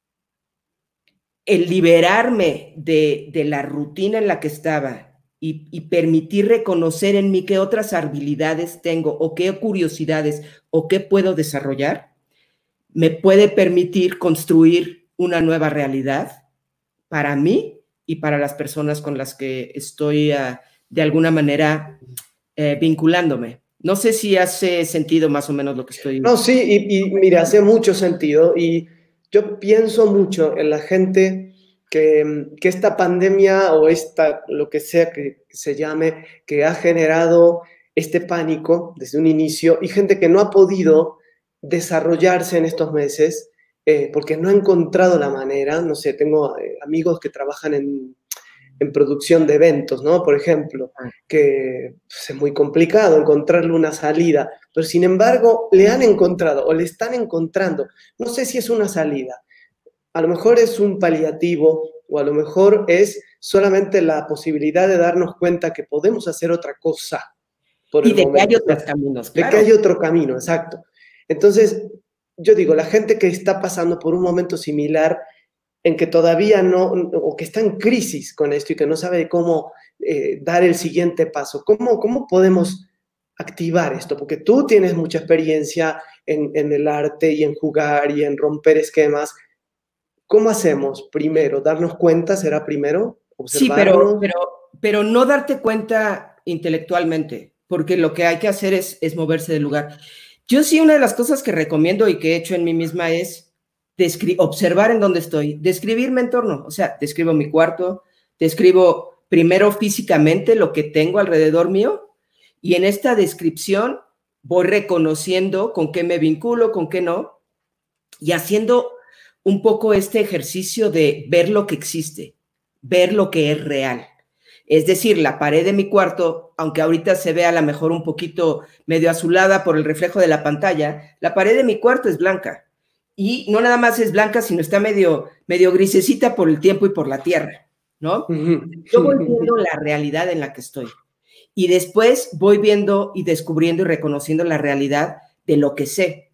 el liberarme de la rutina en la que estaba y permitir reconocer en mí qué otras habilidades tengo o qué curiosidades o qué puedo desarrollar, me puede permitir construir una nueva realidad para mí y para las personas con las que estoy de alguna manera vinculándome. No sé si hace sentido más o menos lo que estoy diciendo. No, sí, y mira, hace mucho sentido. Y yo pienso mucho en la gente que esta pandemia o lo que sea que se llame, que ha generado este pánico desde un inicio y gente que no ha podido desarrollarse en estos meses porque no ha encontrado la manera. No sé, tengo amigos que trabajan en producción de eventos, ¿no? Por ejemplo, que pues, es muy complicado encontrarle una salida, pero sin embargo le han encontrado o le están encontrando. No sé si es una salida, a lo mejor es un paliativo o a lo mejor es solamente la posibilidad de darnos cuenta que podemos hacer otra cosa por Y el de que hay momento. otros caminos, De que claro. hay otro camino, exacto. Entonces, yo digo, la gente que está pasando por un momento similar en que todavía no, o que está en crisis con esto y que no sabe cómo dar el siguiente paso, ¿cómo podemos activar esto? Porque tú tienes mucha experiencia en el arte y en jugar y en romper esquemas. ¿Cómo hacemos? Primero, ¿darnos cuenta será primero? Sí, ¿Observarnos? pero no darte cuenta intelectualmente, porque lo que hay que hacer es moverse del lugar. Yo sí, una de las cosas que recomiendo y que he hecho en mí misma es observar en dónde estoy, describir mi entorno, o sea, describo mi cuarto, describo primero físicamente lo que tengo alrededor mío y en esta descripción voy reconociendo con qué me vinculo, con qué no, y haciendo un poco este ejercicio de ver lo que existe, ver lo que es real. Es decir, la pared de mi cuarto, aunque ahorita se vea a lo mejor un poquito medio azulada por el reflejo de la pantalla, la pared de mi cuarto es blanca. Y no nada más es blanca, sino está medio grisecita por el tiempo y por la tierra, ¿no? Yo voy viendo la realidad en la que estoy. Y después voy viendo y descubriendo y reconociendo la realidad de lo que sé.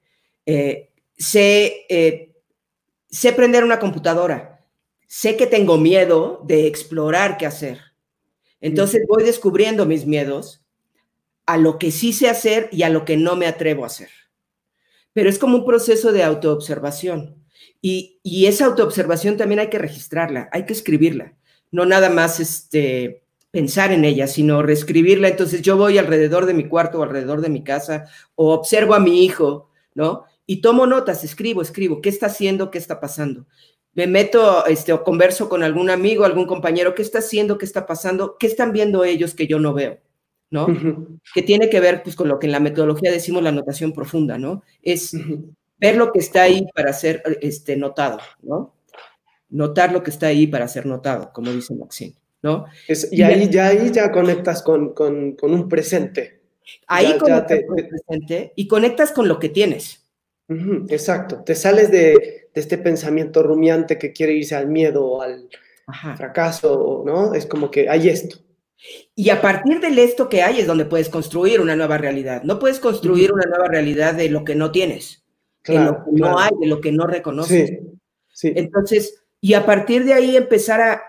Sé prender una computadora, sé que tengo miedo de explorar qué hacer. Entonces voy descubriendo mis miedos a lo que sí sé hacer y a lo que no me atrevo a hacer. Pero es como un proceso de autoobservación. Y esa autoobservación también hay que registrarla, hay que escribirla. No nada más pensar en ella, sino reescribirla. Entonces yo voy alrededor de mi cuarto o alrededor de mi casa o observo a mi hijo, ¿no? Y tomo notas, escribo, qué está haciendo, qué está pasando. Me meto o converso con algún amigo, algún compañero, qué está haciendo, qué está pasando, qué están viendo ellos que yo no veo, ¿no? Que tiene que ver pues, con lo que en la metodología decimos la notación profunda, ¿no? Es ver lo que está ahí para ser notado, ¿no? Notar lo que está ahí para ser notado, como dice Maxine, ¿no? Y ahí ya conectas con un presente. Ahí Ya conectas con el presente y conectas con lo que tienes. Exacto, te sales de este pensamiento rumiante que quiere irse al miedo o al fracaso, ¿no? Es como que hay esto. Y a partir del esto que hay es donde puedes construir una nueva realidad. No puedes construir una nueva realidad de lo que no tienes, en lo que no hay, de lo que no reconoces. Sí, sí. Entonces, y a partir de ahí empezar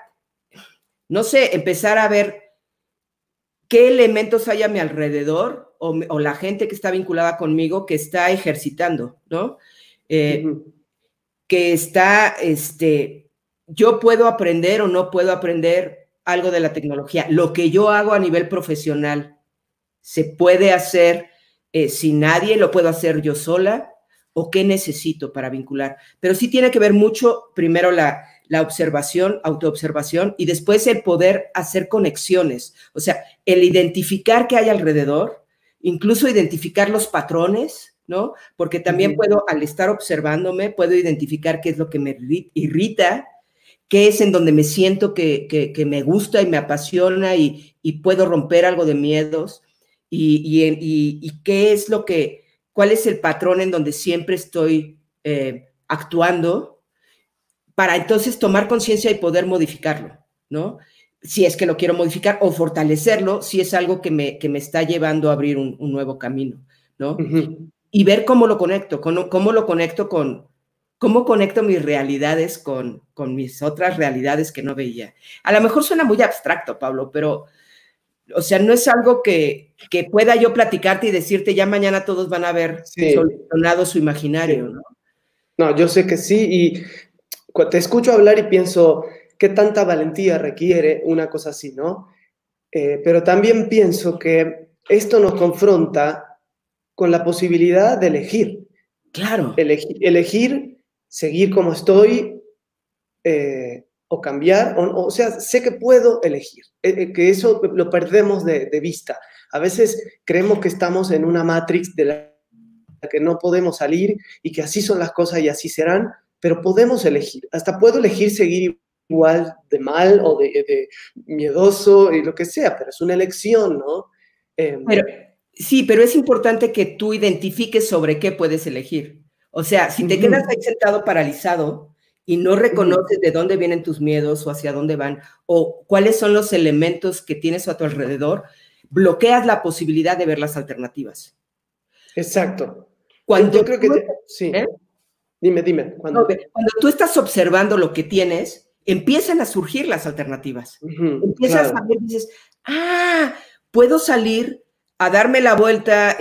a ver qué elementos hay a mi alrededor o la gente que está vinculada conmigo que está ejercitando, ¿no? Que está, yo puedo aprender o no puedo aprender algo de la tecnología. Lo que yo hago a nivel profesional se puede hacer sin nadie, lo puedo hacer yo sola, o qué necesito para vincular. Pero sí tiene que ver mucho, primero la observación, autoobservación, y después el poder hacer conexiones. O sea, el identificar qué hay alrededor, incluso identificar los patrones, ¿no? Porque también puedo, al estar observándome, puedo identificar qué es lo que me irrita, qué es en donde me siento que me gusta y me apasiona y puedo romper algo de miedos y qué es cuál es el patrón en donde siempre estoy actuando para entonces tomar conciencia y poder modificarlo, ¿no? Si es que lo quiero modificar o fortalecerlo, si es algo que me está llevando a abrir un nuevo camino, ¿no? Y ver cómo lo conecto, cómo conecto mis realidades con mis otras realidades que no veía. A lo mejor suena muy abstracto, Pablo, pero, o sea, no es algo que pueda yo platicarte y decirte ya mañana todos van a haber solucionado su imaginario, ¿no? No, yo sé que sí, y te escucho hablar y pienso qué tanta valentía requiere una cosa así, ¿no? Pero también pienso que esto nos confronta con la posibilidad de elegir. Claro. Elegir seguir como estoy o cambiar, o sea, sé que puedo elegir, que eso lo perdemos de vista. A veces creemos que estamos en una matrix de la que no podemos salir y que así son las cosas y así serán, pero podemos elegir. Hasta puedo elegir seguir igual de mal o de miedoso y lo que sea, pero es una elección, ¿no? Pero, sí, pero es importante que tú identifiques sobre qué puedes elegir. O sea, si te quedas ahí sentado paralizado y no reconoces de dónde vienen tus miedos o hacia dónde van, o cuáles son los elementos que tienes a tu alrededor, bloqueas la posibilidad de ver las alternativas. Exacto. Cuando yo creo que sí. ¿eh? Dime. Cuando tú estás observando lo que tienes, empiezan a surgir las alternativas. Empiezas a ver, dices, puedo salir a darme la vuelta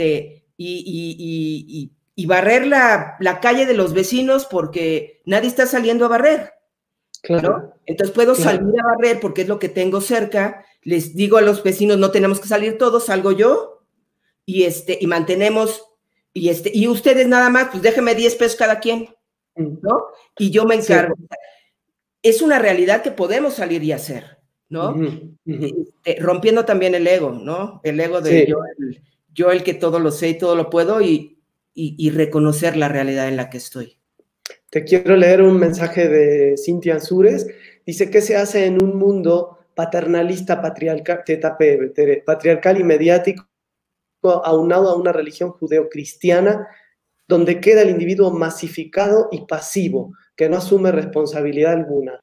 y barrer la calle de los vecinos porque nadie está saliendo a barrer. Claro. ¿No? Entonces puedo salir a barrer porque es lo que tengo cerca. Les digo a los vecinos, no tenemos que salir todos, salgo yo y mantenemos. Y ustedes nada más, pues déjenme 10 pesos cada quien, ¿no? Y yo me encargo. Sí. Es una realidad que podemos salir y hacer, ¿no? Rompiendo también el ego, ¿no? El ego de yo el que todo lo sé y todo lo puedo y reconocer la realidad en la que estoy. Te quiero leer un mensaje de Cintia Ansúrez. Dice, ¿qué se hace en un mundo paternalista, patriarcal y mediático, aunado a una religión judeocristiana, donde queda el individuo masificado y pasivo, que no asume responsabilidad alguna?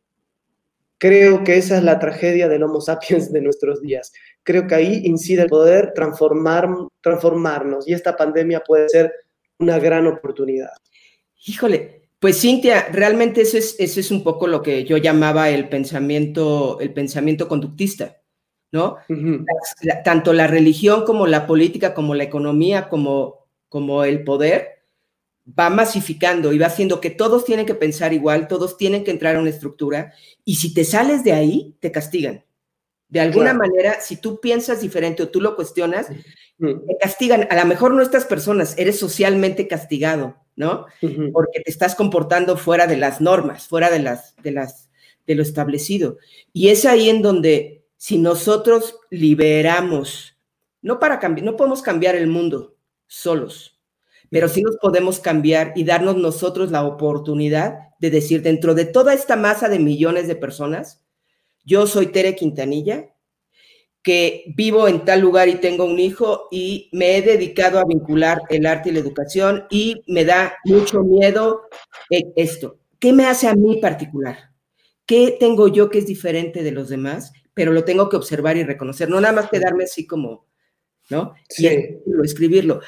Creo que esa es la tragedia del Homo sapiens de nuestros días. Creo que ahí incide el poder transformarnos, y esta pandemia puede ser una gran oportunidad. Híjole, pues Cintia, realmente eso es un poco lo que yo llamaba el pensamiento conductista, ¿no? Tanto la religión como la política, como la economía, como el poder, va masificando y va haciendo que todos tienen que pensar igual, todos tienen que entrar a una estructura, y si te sales de ahí, te castigan. De alguna manera, si tú piensas diferente o tú lo cuestionas, te castigan. A lo mejor no estas personas, eres socialmente castigado, ¿no? Porque te estás comportando fuera de las normas, fuera de lo establecido. Y es ahí en donde, si nosotros liberamos, no podemos cambiar el mundo solos, pero sí nos podemos cambiar y darnos nosotros la oportunidad de decir, dentro de toda esta masa de millones de personas, yo soy Tere Quintanilla, que vivo en tal lugar y tengo un hijo y me he dedicado a vincular el arte y la educación y me da mucho miedo esto. ¿Qué me hace a mí particular? ¿Qué tengo yo que es diferente de los demás? Pero lo tengo que observar y reconocer, no nada más quedarme así como, ¿no? Sí. Y escribirlo.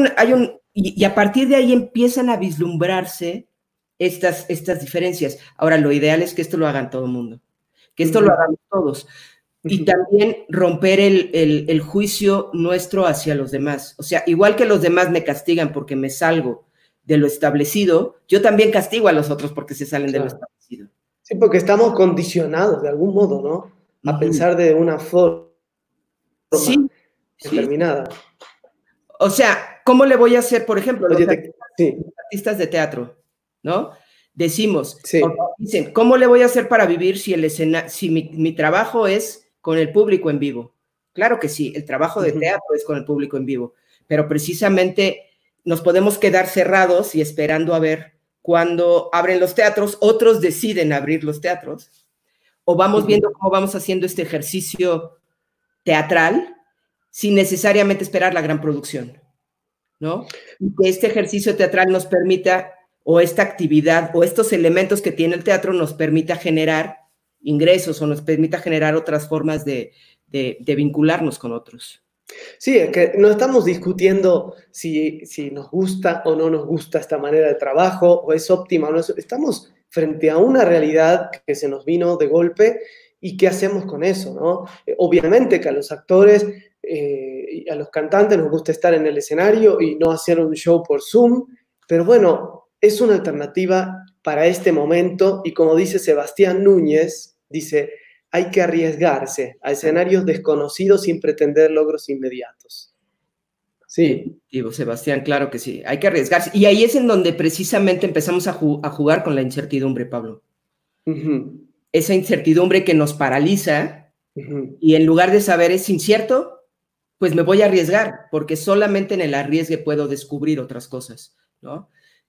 Y a partir de ahí empiezan a vislumbrarse estas diferencias. Ahora, lo ideal es que esto lo hagan todo el mundo, que esto lo hagamos todos. Y también romper el juicio nuestro hacia los demás. O sea, igual que los demás me castigan porque me salgo de lo establecido, yo también castigo a los otros porque se salen de lo establecido. Sí, porque estamos condicionados de algún modo, ¿no? A pensar de una forma determinada. O sea, ¿cómo le voy a hacer, por ejemplo, los artistas de teatro, ¿no? Decimos, dicen, ¿cómo le voy a hacer para vivir si mi trabajo es con el público en vivo? Claro que sí, el trabajo de teatro es con el público en vivo, pero precisamente nos podemos quedar cerrados y esperando a ver cuándo abren los teatros, otros deciden abrir los teatros, o vamos viendo cómo vamos haciendo este ejercicio teatral sin necesariamente esperar la gran producción, ¿no? Y que este ejercicio teatral nos permita, o esta actividad, o estos elementos que tiene el teatro nos permita generar ingresos o nos permita generar otras formas de vincularnos con otros. Sí, es que no estamos discutiendo si nos gusta o no nos gusta esta manera de trabajo, o es óptima o no es. Estamos frente a una realidad que se nos vino de golpe y qué hacemos con eso, ¿no? Obviamente que a los actores y a los cantantes nos gusta estar en el escenario y no hacer un show por Zoom, pero bueno, es una alternativa para este momento, y como dice Sebastián Núñez, dice, hay que arriesgarse a escenarios desconocidos sin pretender logros inmediatos. Sí. Digo, Sebastián, claro que sí, hay que arriesgarse. Y ahí es en donde precisamente empezamos a jugar con la incertidumbre, Pablo. esa incertidumbre que nos paraliza, y en lugar de saber es incierto, pues me voy a arriesgar, porque solamente en el arriesgue puedo descubrir otras cosas, ¿no?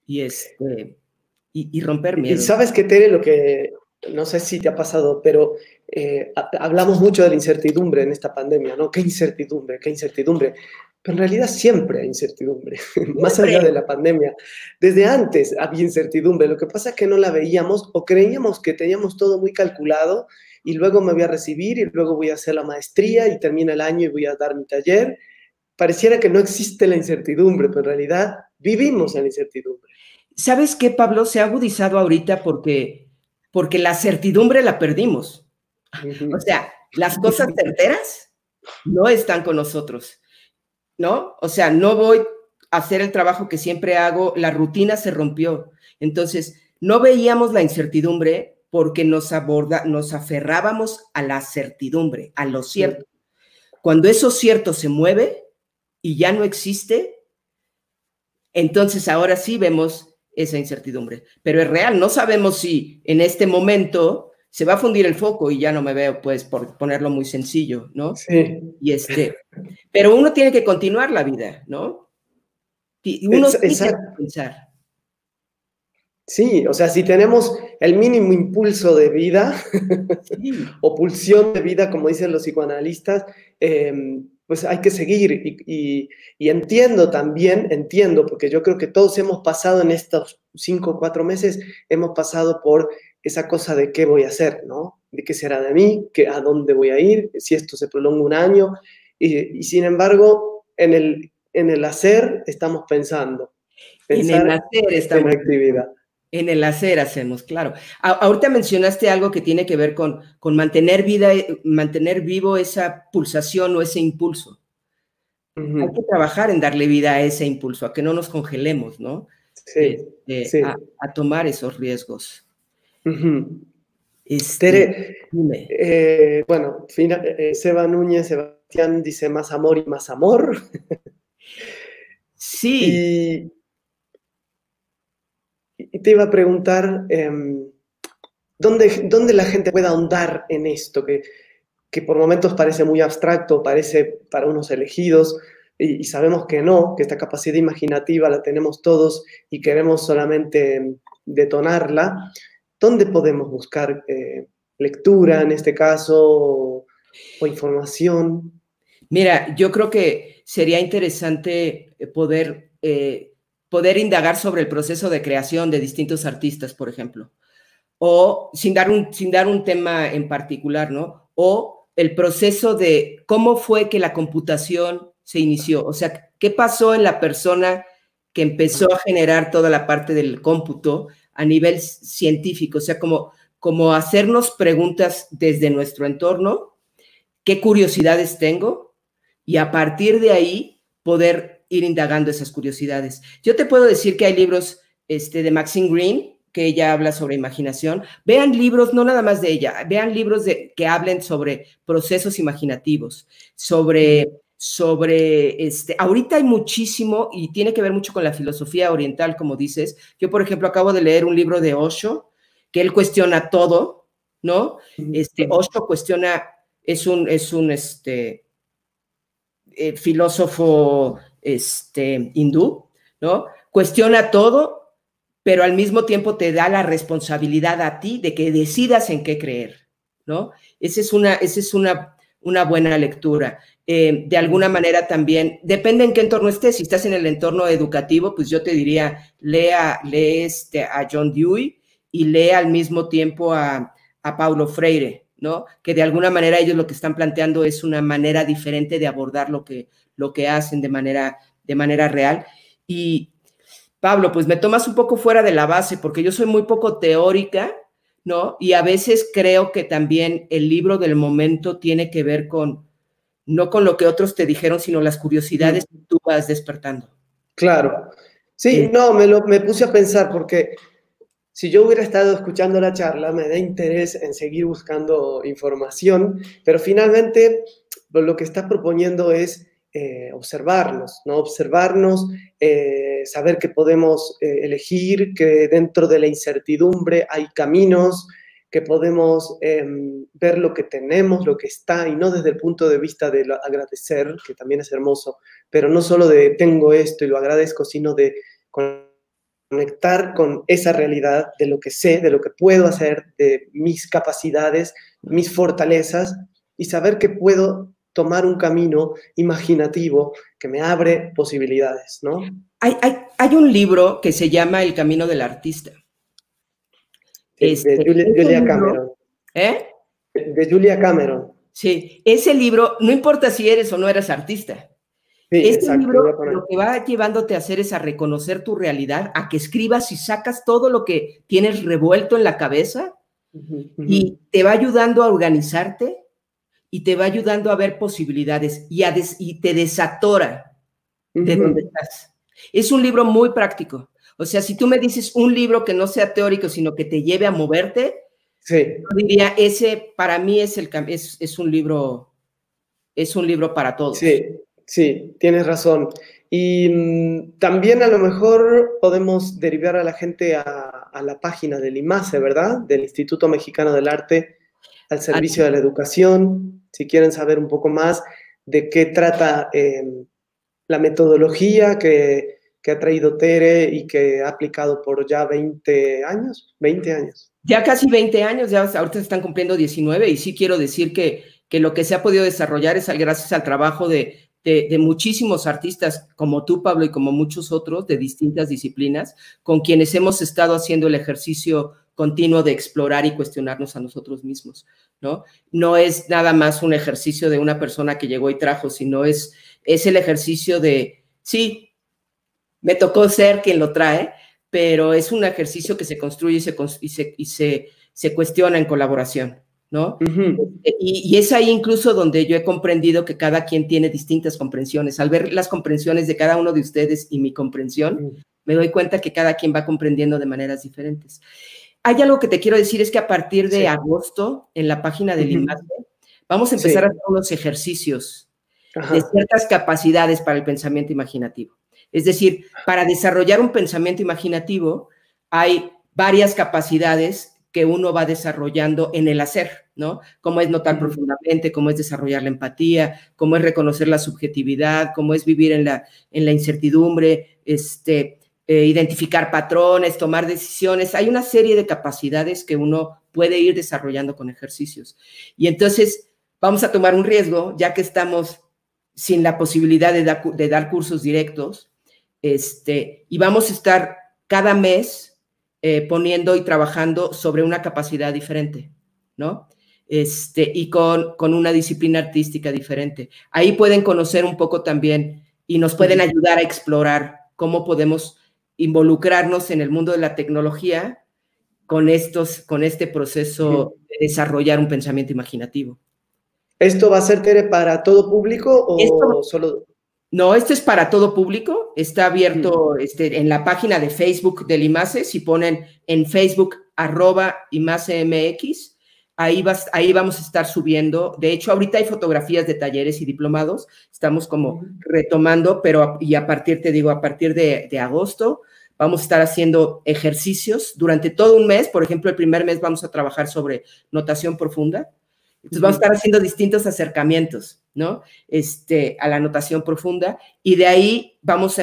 Y romper Y miedos. sabes que, Tere, lo que no sé si te ha pasado, pero hablamos mucho de la incertidumbre en esta pandemia, ¿no? ¿Qué incertidumbre? ¿Qué incertidumbre? Pero en realidad siempre hay incertidumbre, más allá de la pandemia. Desde antes había incertidumbre, lo que pasa es que no la veíamos o creíamos que teníamos todo muy calculado y luego me voy a recibir y luego voy a hacer la maestría y termina el año y voy a dar mi taller. Pareciera que no existe la incertidumbre, pero en realidad vivimos en la incertidumbre. ¿Sabes qué, Pablo? Se ha agudizado ahorita porque la certidumbre la perdimos. O sea, las cosas certeras no están con nosotros, ¿no? O sea, no voy a hacer el trabajo que siempre hago, la rutina se rompió. Entonces, no veíamos la incertidumbre porque nos aferrábamos a la certidumbre, a lo cierto. Cuando eso cierto se mueve y ya no existe, entonces ahora sí vemos esa incertidumbre. Pero es real, no sabemos si en este momento se va a fundir el foco y ya no me veo, pues, por ponerlo muy sencillo, ¿no? Sí. Pero uno tiene que continuar la vida, ¿no? Y uno sí tiene que pensar. Sí, o sea, si tenemos el mínimo impulso de vida Sí. o pulsión de vida, como dicen los psicoanalistas, pues hay que seguir. Y entiendo también, porque yo creo que todos hemos pasado en estos 5 o 4 meses, hemos pasado por esa cosa de qué voy a hacer, ¿no? De qué será de mí, a dónde voy a ir, si esto se prolonga un año. Y sin embargo, en el hacer estamos pensando. Pensar en el hacer estamos. en actividad. En el hacer hacemos, claro. Ahorita mencionaste algo que tiene que ver con mantener vivo esa pulsación o ese impulso. Hay que trabajar en darle vida a ese impulso, a que no nos congelemos, ¿no? Sí, sí. A tomar esos riesgos. Tere, dime. bueno, Seba Núñez, Sebastián dice más amor y más amor. Sí. Y te iba a preguntar, ¿dónde la gente puede ahondar en esto? Que por momentos parece muy abstracto, parece para unos elegidos, y sabemos que no, que esta capacidad imaginativa la tenemos todos y queremos solamente detonarla. ¿Dónde podemos buscar lectura en este caso o información? Mira, yo creo que sería interesante poder indagar sobre el proceso de creación de distintos artistas, por ejemplo, o sin dar un tema en particular, ¿no? O el proceso de cómo fue que la computación se inició, o sea, qué pasó en la persona que empezó a generar toda la parte del cómputo a nivel científico, o sea, como hacernos preguntas desde nuestro entorno, qué curiosidades tengo, y a partir de ahí poder ir indagando esas curiosidades. Yo te puedo decir que hay libros de Maxine Greene, que ella habla sobre imaginación. Vean libros, no nada más de ella, vean libros que hablen sobre procesos imaginativos, ahorita hay muchísimo y tiene que ver mucho con la filosofía oriental, como dices. Yo, por ejemplo, acabo de leer un libro de Osho, que él cuestiona todo, ¿no? Osho cuestiona, es un filósofo hindú, ¿no? Cuestiona todo, pero al mismo tiempo te da la responsabilidad a ti de que decidas en qué creer, ¿no? Esa es una buena lectura. De alguna manera también, depende en qué entorno estés. Si estás en el entorno educativo, pues yo te diría, lee a John Dewey y lee al mismo tiempo a Paulo Freire, ¿no? Que de alguna manera ellos lo que están planteando es una manera diferente de abordar lo que hacen de manera real. Y Pablo, pues me tomas un poco fuera de la base porque yo soy muy poco teórica, ¿no? Y a veces creo que también el libro del momento tiene que ver no con lo que otros te dijeron, sino las curiosidades que tú vas despertando. Claro. Sí, no, me puse a pensar porque si yo hubiera estado escuchando la charla, me da interés en seguir buscando información, pero finalmente lo que estás proponiendo es observarnos, ¿no? Observarnos, saber que podemos elegir, que dentro de la incertidumbre hay caminos, que podemos ver lo que tenemos, lo que está, y no desde el punto de vista de agradecer, que también es hermoso, pero no solo de tengo esto y lo agradezco, sino de conectar con esa realidad de lo que sé, de lo que puedo hacer, de mis capacidades, mis fortalezas, y saber que puedo tomar un camino imaginativo que me abre posibilidades, ¿no? Hay un libro que se llama El camino del artista. De Julia libro, Cameron. ¿eh? De Julia Cameron. Sí, ese libro, no importa si eres o no eres artista, Sí, este exacto, libro lo que va llevándote a hacer es a reconocer tu realidad, a que escribas y sacas todo lo que tienes revuelto en la cabeza y te va ayudando a organizarte y te va ayudando a ver posibilidades y te desatora de donde estás. Es un libro muy práctico. O sea, si tú me dices un libro que no sea teórico, sino que te lleve a moverte, sí. yo diría, ese para mí es un libro para todos. Sí, sí, tienes razón. Y también a lo mejor podemos derivar a la gente a la página del IMASE, ¿verdad? Del Instituto Mexicano del Arte al Servicio de la Educación, si quieren saber un poco más de qué trata la metodología que ha traído Tere y que ha aplicado por ya 20 años, 20 años. Ya casi 20 años, ya ahorita se están cumpliendo 19 y sí quiero decir que lo que se ha podido desarrollar es gracias al trabajo de muchísimos artistas como tú, Pablo, y como muchos otros de distintas disciplinas, con quienes hemos estado haciendo el ejercicio continuo de explorar y cuestionarnos a nosotros mismos, ¿no? No es nada más un ejercicio de una persona que llegó y trajo, sino es el ejercicio de, sí, me tocó ser quien lo trae, pero es un ejercicio que se construye y se cuestiona en colaboración, ¿no? Y es ahí incluso donde yo he comprendido que cada quien tiene distintas comprensiones. Al ver las comprensiones de cada uno de ustedes y mi comprensión, me doy cuenta que cada quien va comprendiendo de maneras diferentes. Hay algo que te quiero decir, es que a partir de agosto, en la página del IMASE, vamos a empezar a hacer unos ejercicios de ciertas capacidades para el pensamiento imaginativo. Es decir, para desarrollar un pensamiento imaginativo hay varias capacidades que uno va desarrollando en el hacer, ¿no? Cómo es notar profundamente, cómo es desarrollar la empatía, cómo es reconocer la subjetividad, cómo es vivir en la incertidumbre, identificar patrones, tomar decisiones. Hay una serie de capacidades que uno puede ir desarrollando con ejercicios. Y entonces vamos a tomar un riesgo, ya que estamos sin la posibilidad de dar cursos directos, y vamos a estar cada mes poniendo y trabajando sobre una capacidad diferente, ¿no? Y con una disciplina artística diferente. Este pueden conocer un poco también y nos pueden ayudar a explorar cómo podemos involucrarnos en el mundo de la tecnología con este proceso de desarrollar un pensamiento imaginativo. ¿Esto va a ser, Tere, para todo público o solo...? No, esto es para todo público, está abierto en la página de Facebook del IMASE, si ponen en Facebook @IMASEMX, ahí vamos a estar subiendo. De hecho, ahorita hay fotografías de talleres y diplomados, estamos como retomando, pero y a partir de agosto vamos a estar haciendo ejercicios durante todo un mes. Por ejemplo, el primer mes vamos a trabajar sobre notación profunda. Entonces vamos a estar haciendo distintos acercamientos, ¿no? A la notación profunda, y de ahí vamos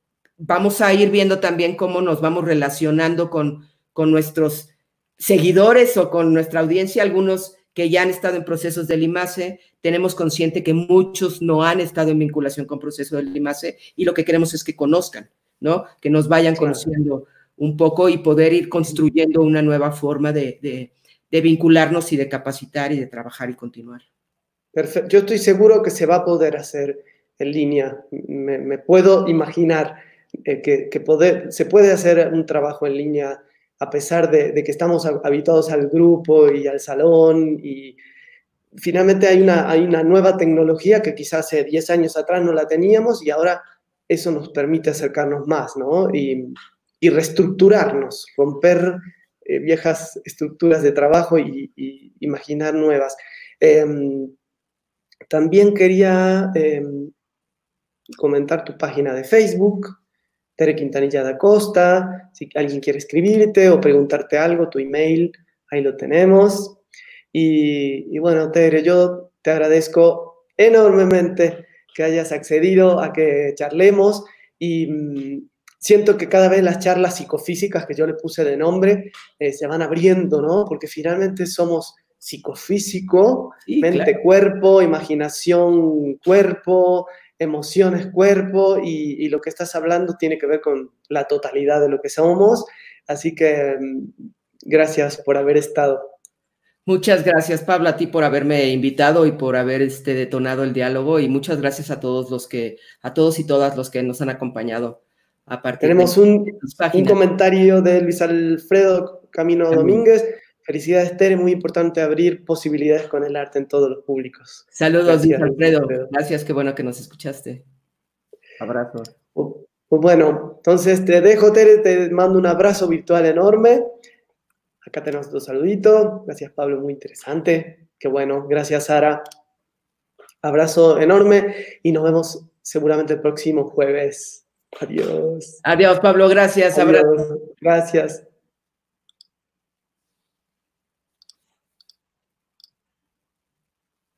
a ir viendo también cómo nos vamos relacionando con nuestros seguidores o con nuestra audiencia, algunos que ya han estado en procesos del IMASE. Tenemos consciente que muchos no han estado en vinculación con procesos del IMASE, y lo que queremos es que conozcan, ¿no? Que nos vayan conociendo un poco y poder ir construyendo una nueva forma de vincularnos y de capacitar y de trabajar y continuar. Perfecto. Yo estoy seguro que se va a poder hacer en línea. Me puedo imaginar que se puede hacer un trabajo en línea a pesar de que estamos habituados al grupo y al salón, y finalmente hay una nueva tecnología que quizás hace 10 años atrás no la teníamos, y ahora eso nos permite acercarnos más, ¿no? Y reestructurarnos, romper viejas estructuras de trabajo y imaginar nuevas. También quería comentar tu página de Facebook, Tere Quintanilla da Costa. Si alguien quiere escribirte o preguntarte algo, tu email, ahí lo tenemos. Y bueno, Tere, yo te agradezco enormemente que hayas accedido a que charlemos y siento que cada vez las charlas psicofísicas que yo le puse de nombre se van abriendo, ¿no? Porque finalmente somos psicofísico, Sí, claro. mente-cuerpo, imaginación-cuerpo, emociones-cuerpo, y lo que estás hablando tiene que ver con la totalidad de lo que somos. Así que gracias por haber estado. Muchas gracias, Pablo, a ti por haberme invitado y por haber detonado el diálogo, y muchas gracias a todos y todas los que nos han acompañado a partir Tenemos de tus un páginas. comentario de Luis Alfredo Camino Domínguez. Felicidades, Tere, muy importante abrir posibilidades con el arte en todos los públicos. Saludos, Luis Gracias, Luis Alfredo. Alfredo. Gracias, qué bueno que nos escuchaste. Abrazos. Pues bueno, entonces te dejo, Tere, te mando un abrazo virtual enorme. Acá tenemos dos saluditos. Gracias, Pablo, muy interesante. Qué bueno, gracias, Sara. Abrazo enorme y nos vemos seguramente el próximo jueves. Adiós. Adiós, Pablo, gracias. Abrazo. Adiós. Gracias.